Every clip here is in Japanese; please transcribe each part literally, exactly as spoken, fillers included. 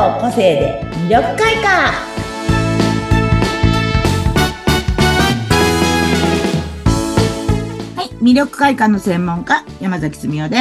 の個性で魅力開花。はい、魅力開花の専門家山崎澄夫です。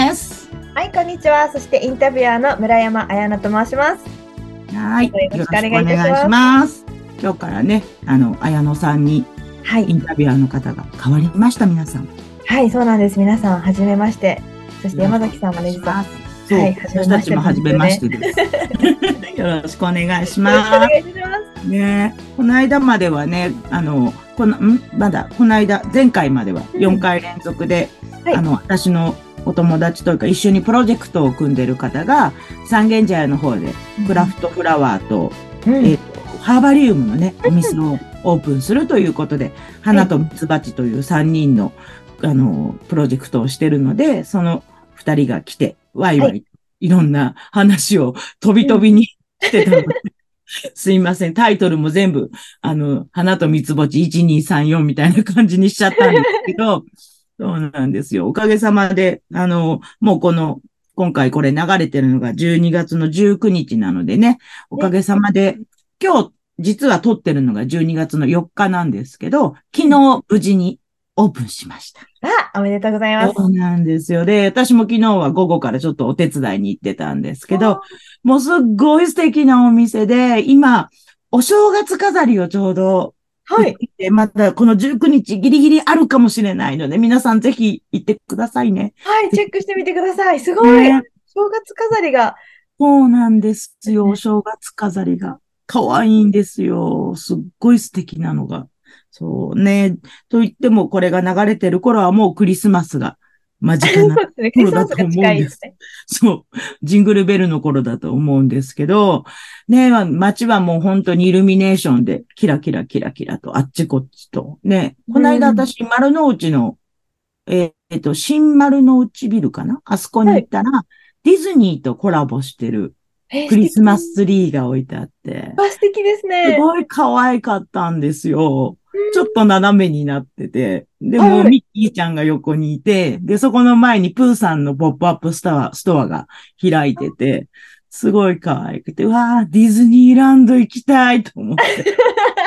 はい、こんにちは。そしてインタビュアーの村山彩乃と申します。 はい、よろしくお願いいたします。今日からね、あの彩乃さんにインタビュアーの方が変わりました、皆さん。 はい、そうなんです。皆さんはじめまして。そして山崎さんもね、実はそう、はい、私たちもはじめましてです。よろしくお願いします。 よろしくお願いします。 ね、この間まではね、あの、この、んまだ、この間、前回まではよんかい連続で、うん、あの、はい、私のお友達というか一緒にプロジェクトを組んでる方が、三軒茶屋の方で、クラフトフラワーと、うん、えっと、ハーバリウムのね、お店をオープンするということで、花とミツバチというさんにんの、あの、プロジェクトをしてるので、そのふたりが来て、ワイワイ、はい、いろんな話を飛び飛びにしてたので、うん、すいません。タイトルも全部、あの、花とミツバチいちにさんよんみたいな感じにしちゃったんですけど、そうなんですよ。おかげさまで、あの、もうこの、今回これ流れてるのがじゅうにがつのじゅうくにちなのでね、おかげさまで、今日、実は撮ってるのがじゅうにがつのよっかなんですけど、昨日無事にオープンしました。 あ、おめでとうございます。 そうなんですよ。で、私も昨日は午後からちょっとお手伝いに行ってたんですけど、もうすっごい素敵なお店で、今、お正月飾りをちょうど、 はい。 またこのじゅうくにちギリギリあるかもしれないので、皆さんぜひ行ってくださいね。 はい、チェックしてみてください。すごい。ね、正月飾りが。 そうなんですよ。お正月飾りが。可愛いんですよ。すっごい素敵なのが。そうね。と言っても、これが流れてる頃はもうクリスマスが間近な頃だと思うんです。そう。ジングルベルの頃だと思うんですけど、ね、街はもう本当にイルミネーションでキラキラキラキラとあっちこっちと。ね。この間私、丸の内の、えっと、新丸の内ビルかなあそこに行ったら、はい、ディズニーとコラボしてるクリスマスツリーが置いてあって。 あ、素敵ですね。 すごい可愛かったんですよ。ちょっと斜めになってて。でも、ミッキーちゃんが横にいて、で、そこの前にプーさんのポップアップストア、ストアが開いてて、すごい可愛くて、わー、ディズニーランド行きたいと思って。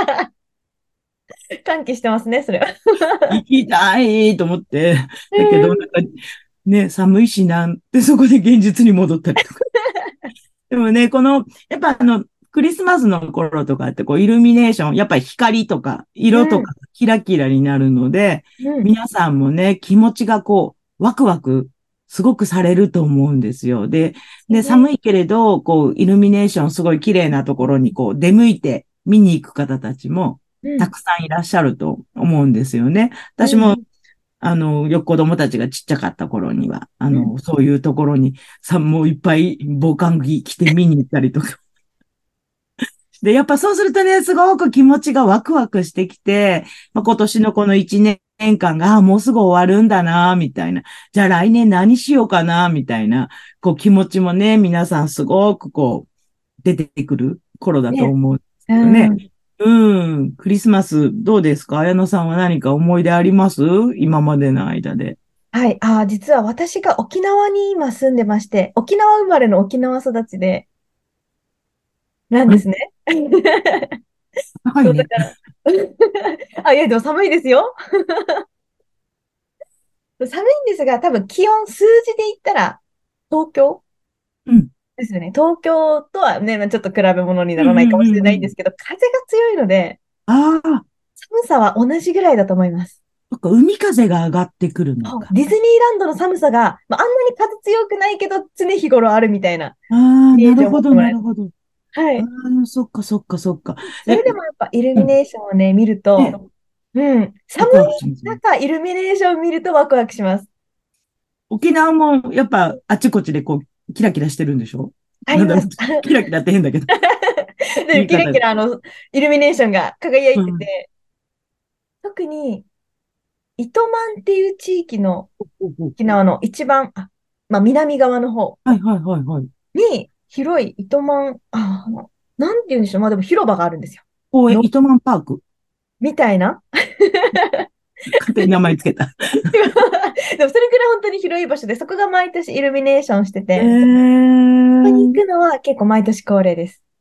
歓喜してますね、それは。 行きたいと思って。だけど、なんか、ね、寒いしなんて、そこで現実に戻ったりとか。でもね、この、やっぱあの、クリスマスの頃とかってこうイルミネーション、やっぱり光とか色とかキラキラになるので、うん、皆さんもね、気持ちがこう、ワクワク、すごくされると思うんですよ。で、ね、寒いけれど、こう、イルミネーションすごい綺麗なところにこう、出向いて見に行く方たちも、たくさんいらっしゃると思うんですよね。私も、うんあの、よく子供たちがちっちゃかった頃には、あの、うん、そういうところに、さ、もういっぱい防寒着着て見に行ったりとか。で、やっぱそうするとね、すごく気持ちがワクワクしてきて、まあ、今年のこの一年間が、あ、もうすぐ終わるんだな、みたいな。じゃあ来年何しようかな、みたいな、こう気持ちもね、皆さんすごくこう、出てくる頃だと思うんですよね。ねうん。クリスマス、どうですか？綾乃さんは何か思い出あります？今までの間で。 はい。あ、実は私が沖縄に今住んでまして、沖縄生まれの沖縄育ちで、なんですね。 高いね。 あ、いや、でも寒いですよ。寒いんですが、多分気温、数字で言ったら、東京うん。 ですよね。東京とはね、ちょっと比べ物にならないかもしれないんですけど、風が強いので、 ああ。 寒さは同じぐらいだと思います。 そっか、海風が上がってくるのか。 ディズニーランドの寒さが、まあ、あんなに風強くないけど、常日頃あるみたいな。 ああ、なるほど、なるほど。 はい。 ああ、そっか、そっか、そっか。 それでもやっぱイルミネーションをね、見ると、うん、寒い中、イルミネーションを見るとワクワクします。 沖縄もやっぱあちこちでこう、キラキラしてるんでしょ？ あります。 キラキラって変だけど。 でキラキラあの、イルミネーションが輝いてて、うん、特に、糸満っていう地域の沖縄の一番、あまあ、南側の方はいはいはいはい。 に広い糸満、あ、なんて言うんでしょう。まあでも広場があるんですよ。 公園、糸満パークみたいな。 勝手に名前つけた。 でもそれくらい本当に広い場所で、そこが毎年イルミネーションしてて、 えー、 ここに行くのは結構毎年恒例です。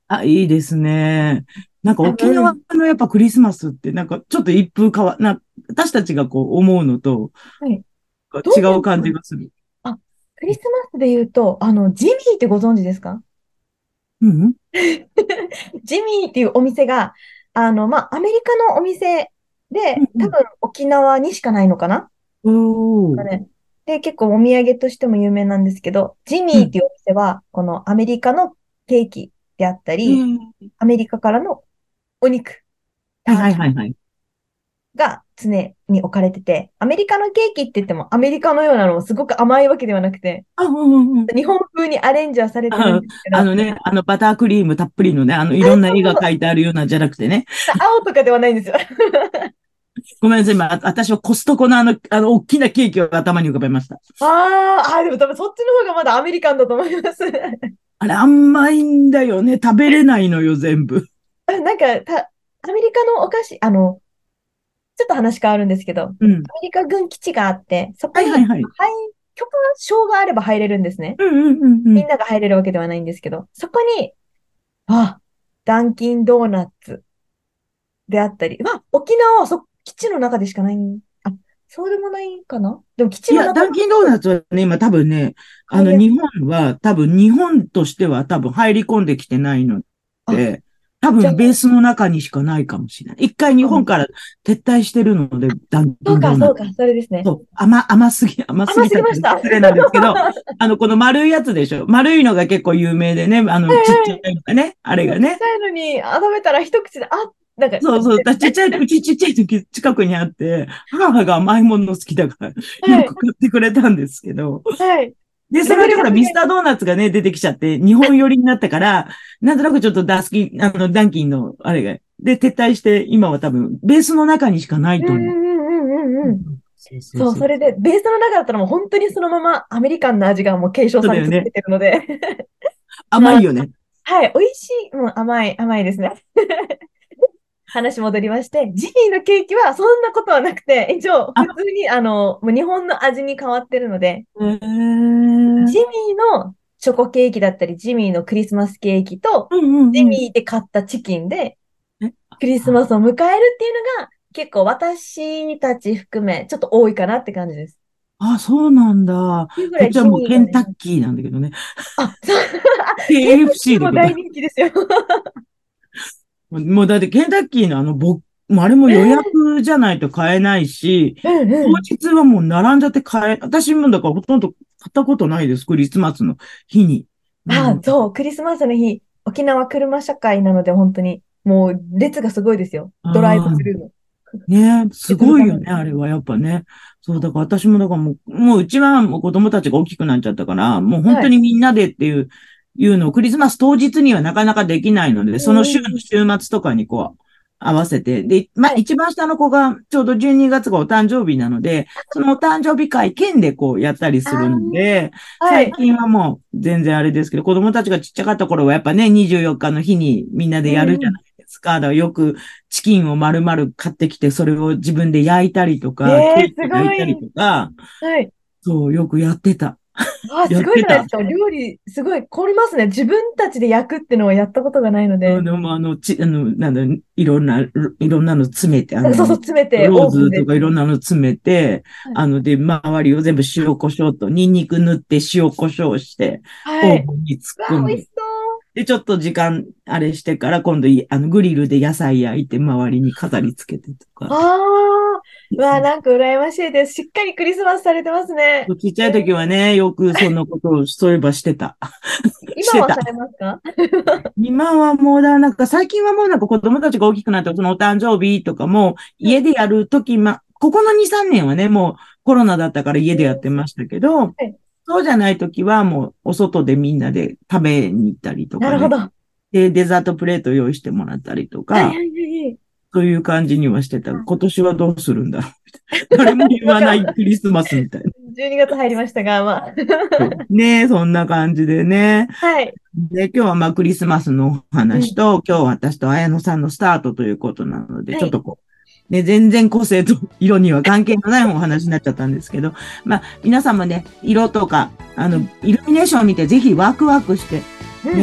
あ、いいですね。なんか沖縄多分、 のやっぱクリスマスってなんかちょっと一風変わ、な、私たちがこう思うのとはい。どう違うなんですかね。 感じがする。 あ、クリスマスで言うと、あの、ジミーってご存知ですか？ うん。 ジミーっていうお店が、あの、まあ、アメリカのお店で、 うんうん。 多分沖縄にしかないのかなおー。 かね。で、結構お土産としても有名なんですけど、ジミうん。 ーっていうお店は、このアメリカのケーキであったえり、 ー、 アメリカからのお肉、タはいーキーはいはいはい。 が常に置かれてて、アメリカのケーキって言ってもアメリカのようなのすごく甘いわけではなくて、 あ、うんうんうん。 日本風にアレンジはされてるんあ、 ですけど、 あのね、あのバタークリームたっぷりのね、あのいろんな絵が描いてあるようなんじゃなくてね。 青とかではないんですよ。 ごめんなさい、今、あ私はコストコのあの、あの、大きなケーキを頭に浮かべました。 あーあー、でも多分そっちの方がまだアメリカンだと思います。 あれ、甘いんだよね。食べれないのよ、全部。 なんかた、アメリカのお菓子、あの、ちょっと話変わるんですけど、アメうん。 リカ軍基地があって、そこに、 はいはいはい。 入許可証があれば入れるんですね。 うんうんうんうん。 みんなが入れるわけではないんですけど、そこに、あ、ダンキンドーナツであったり、まあ、沖縄はそ、基地の中でしかない、あ、そうでもないかなでも基地いや、 の中だダンキンドーナツはね、今多分ね、あの、 入りやすい。 日本は多分日本としては多分入り込んできてないのあ、 で、多じゃあ、 分ベースの中にしかないかもしれない。一回日あの本から撤退してるので、ダンそうか、 キンドーナツ。 そうか、それですね。 そう、甘、甘すぎ、甘す甘ぎたってすぎました。は失礼なんですけど、あの、この丸いやつでしょ。丸いのが結構有名でね、あいの、ちっちゃはい。 いのがね、あれがね。 もうちっちゃいのに、あ、食べたら一口で、あ、なんか、 そうそう、だちっちゃい、うちちっちゃい時近くにあって、母が甘いもの好きだから、よはい、 く買ってくれたんですけど、 はい。 で、そレベの後ほら、ミスルが違います。 タードーナツがね、出てきちゃって、日本寄りになったから、なんとなくちょっとダスキン、あの、ダンキンの、あれが、で、撤退して、今は多分、ベースの中にしかないうんうと思う。 んうんうんうんうん。 そうそうそう、 そう。 それで、ベースの中だったらもう本当にそのままアメリカンな味がもう継承そうだよね。 され続けてるので、まあ、 甘いよね。 はい、美味しい、もう甘い、甘いですね。話戻りまして、ジミーのケーキはそんなことはなくて、一応、普あ、 通に、あの、もう日本の味に変わってるので、 へー。 ジミーのチョコケーキだったり、ジミーのクリスマスケーキと、 うんうんうん。 ジミーで買ったチキンで、 え、 クリスマスを迎えるっていうのが、結構私たち含め、ちょっと多いかなって感じです。 あ、そうなんだ。 っていうぐらいこっちはもうジミーがね、 ケンタッキーなんだけどね。 あ、そう、ケンタッキケーエフシーーも大でござい人気ですよ。 ます。もうだってケンタッキーのあの、ぼ、もうあれも予約じゃないと買えないし、 うん当うん。 日はもう並んじゃって買え、私もだからほとんど買ったことないです。クリスマスの日に。うあ、 ん。 そう、クリスマスの日、沖縄車社会なので、本当に、もう列がすごいですよ。ドライブああ、 スルーの。 ね、す別のために。 ごいよね、あれはやっぱね。そう、だから私もだからもう、もううちはもう子供たちが大きくなっちゃったから、もう本はい。 当にみんなでっていう、いうのをクリスマス当日にはなかなかできないので、 うんその週うんうん。 の週末とかにこう、合わせて。で、まあ、 はい。 一番下の子がちょうどじゅうにがつがお誕生日なので、そのお誕生日会兼でこうやったりあするので、 あ、はい。 最近はもう全然あれですけど、子供たちがちっちゃかった頃はやっぱね、にじゅうよっかの日にみんなでやるじゃなうんういですか。だからよくチキンを丸々買ってきて、それを自分で焼いたりとん。 か、ケえー、 ーキ焼いたりすごい。 とか、 はい。 そう、よくやってた。 あー、すやってた。 ごいじゃないですか。料理、すごい凝りますね。自分たちで焼くってのはやったことがないのうん、 で。 でも、あの、ち、あの、なんだ、いろんな、いろんなの詰めて、あそうそう、 の、 詰めてローオーブンで。 ズとかいろんなの詰めて、 はい。 あの、で、周りを全部塩コショウと、ニンニク塗って塩コショウして、 はい。 オーブンに突っわあ、 込んで、 美味しそう。 で、ちょっと時間、あれしてから、今度い、あの、グリルで野菜焼いて、周りに飾り付けてとか。 ああ、うわあ、なんか羨ましいです。しっかりクリスマスされてますね。 ちっちゃい時はね、よくそんなことを、そういえばしてた。してた。 今はされますか？ 今はもうだ、なんか最近はもうなんか子供たちが大きくなって、そのお誕生日とかもはい。 家でやるとき、ま、ここのに、さんねんはね、もうコロナだったから家でやってましたけど、 はい。 そうじゃないときはもうお外でみんなで食べに行ったりとかね。 なるほど。はで、デザートプレート用意してもらったりとか、 いはいはいはい。 そういう感じにはしてた。今年はどうするんだろう。誰も言わからん。 わないクリスマスみたいな。 じゅうにがつ入りましたが、まあ。 ねえ、そんな感じでね。 はい。 で、今日はまあクリスマスのおうん。 話と、今日私と綾野さんのスタートということなので、 はい。 ちょっとこう、ね、全然個性と色には関係のないお話になっちゃったんですけど、まあ皆さんもね、色とか、あの、 うんイルミネーションを見てぜひワクワクして、ね、 うんうん。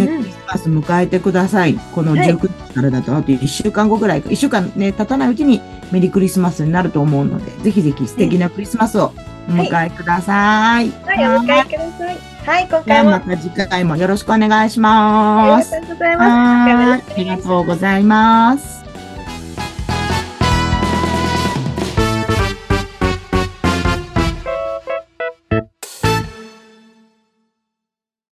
マス迎えてください。このはい。 じゅうくにちからだと、あといっしゅうかんごぐらいか、いっしゅうかんね、経たないうちにメリークリスマスになると思うので、ぜひぜひ素敵なクリスマスをおはい。 迎えください。 はい、お迎えはい。 ください。はい、今じゃあ回もあまた次回もよろしくお願いしりがます。 とうございます。今回もよろはしくおーい。ありが願いします。 とうございます。